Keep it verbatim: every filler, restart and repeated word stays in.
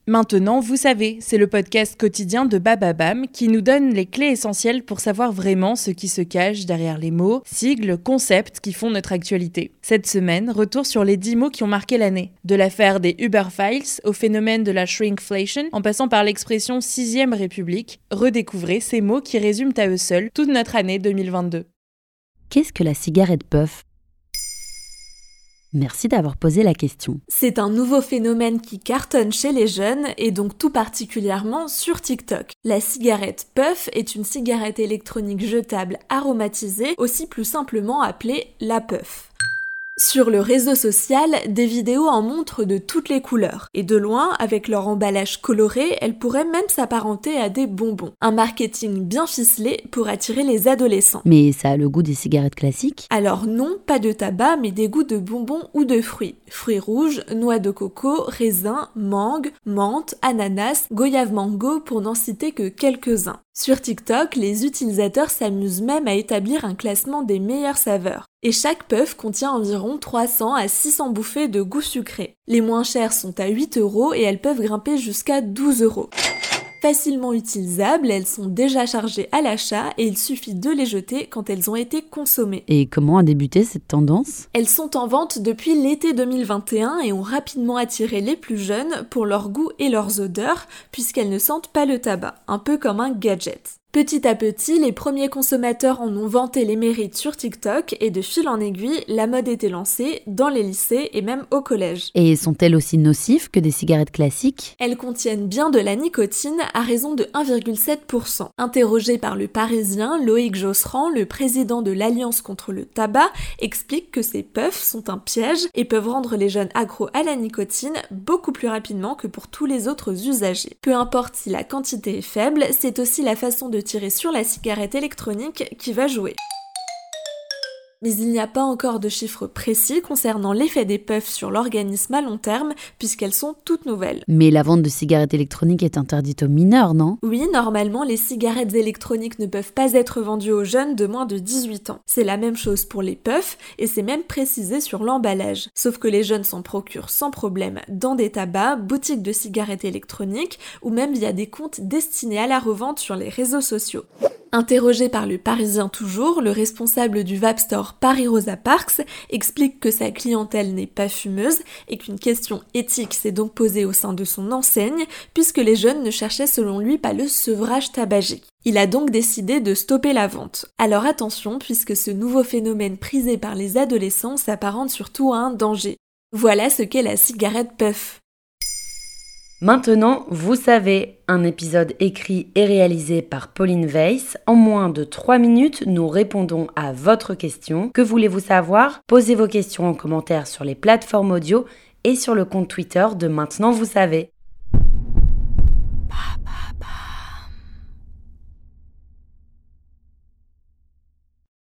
Maintenant, vous savez, c'est le podcast quotidien de Bababam qui nous donne les clés essentielles pour savoir vraiment ce qui se cache derrière les mots, sigles, concepts qui font notre actualité. Cette semaine, retour sur les dix mots qui ont marqué l'année. De l'affaire des Uber Files au phénomène de la shrinkflation, en passant par l'expression sixième République, redécouvrez ces mots qui résument à eux seuls toute notre année deux mille vingt-deux. Qu'est-ce que la cigarette puff ? Merci d'avoir posé la question. C'est un nouveau phénomène qui cartonne chez les jeunes et donc tout particulièrement sur TikTok. La cigarette puff est une cigarette électronique jetable aromatisée, aussi plus simplement appelée la puff. Sur le réseau social, des vidéos en montrent de toutes les couleurs. Et de loin, avec leur emballage coloré, elles pourraient même s'apparenter à des bonbons. Un marketing bien ficelé pour attirer les adolescents. Mais ça a le goût des cigarettes classiques ? Alors non, pas de tabac, mais des goûts de bonbons ou de fruits. Fruits rouges, noix de coco, raisins, mangue, menthe, ananas, goyave mango, pour n'en citer que quelques-uns. Sur TikTok, les utilisateurs s'amusent même à établir un classement des meilleures saveurs. Et chaque puff contient environ trois cents à six cents bouffées de goût sucré. Les moins chères sont à huit euros et elles peuvent grimper jusqu'à douze euros. Facilement utilisables, elles sont déjà chargées à l'achat et il suffit de les jeter quand elles ont été consommées. Et comment a débuté cette tendance ? Elles sont en vente depuis l'été deux mille vingt et un et ont rapidement attiré les plus jeunes pour leur goût et leurs odeurs, puisqu'elles ne sentent pas le tabac, un peu comme un gadget. Petit à petit, les premiers consommateurs en ont vanté les mérites sur TikTok et de fil en aiguille, la mode était lancée dans les lycées et même au collège. Et sont-elles aussi nocives que des cigarettes classiques ? Elles contiennent bien de la nicotine à raison de un virgule sept pour cent. Interrogé par le Parisien, Loïc Josserand, le président de l'Alliance contre le tabac, explique que ces puffs sont un piège et peuvent rendre les jeunes accros à la nicotine beaucoup plus rapidement que pour tous les autres usagers. Peu importe si la quantité est faible, c'est aussi la façon de tirer sur la cigarette électronique qui va jouer. Mais il n'y a pas encore de chiffres précis concernant l'effet des puffs sur l'organisme à long terme, puisqu'elles sont toutes nouvelles. Mais la vente de cigarettes électroniques est interdite aux mineurs, non ? Oui, normalement, les cigarettes électroniques ne peuvent pas être vendues aux jeunes de moins de dix-huit ans. C'est la même chose pour les puffs, et c'est même précisé sur l'emballage. Sauf que les jeunes s'en procurent sans problème dans des tabacs, boutiques de cigarettes électroniques, ou même via des comptes destinés à la revente sur les réseaux sociaux. Interrogé par le Parisien toujours, le responsable du vape store Paris Rosa Parks explique que sa clientèle n'est pas fumeuse et qu'une question éthique s'est donc posée au sein de son enseigne puisque les jeunes ne cherchaient selon lui pas le sevrage tabagique. Il a donc décidé de stopper la vente. Alors attention puisque ce nouveau phénomène prisé par les adolescents s'apparente surtout à un danger. Voilà ce qu'est la cigarette puff. Maintenant, vous savez, un épisode écrit et réalisé par Pauline Weiss. En moins de trois minutes, nous répondons à votre question. Que voulez-vous savoir ? Posez vos questions en commentaire sur les plateformes audio et sur le compte Twitter de Maintenant, vous savez.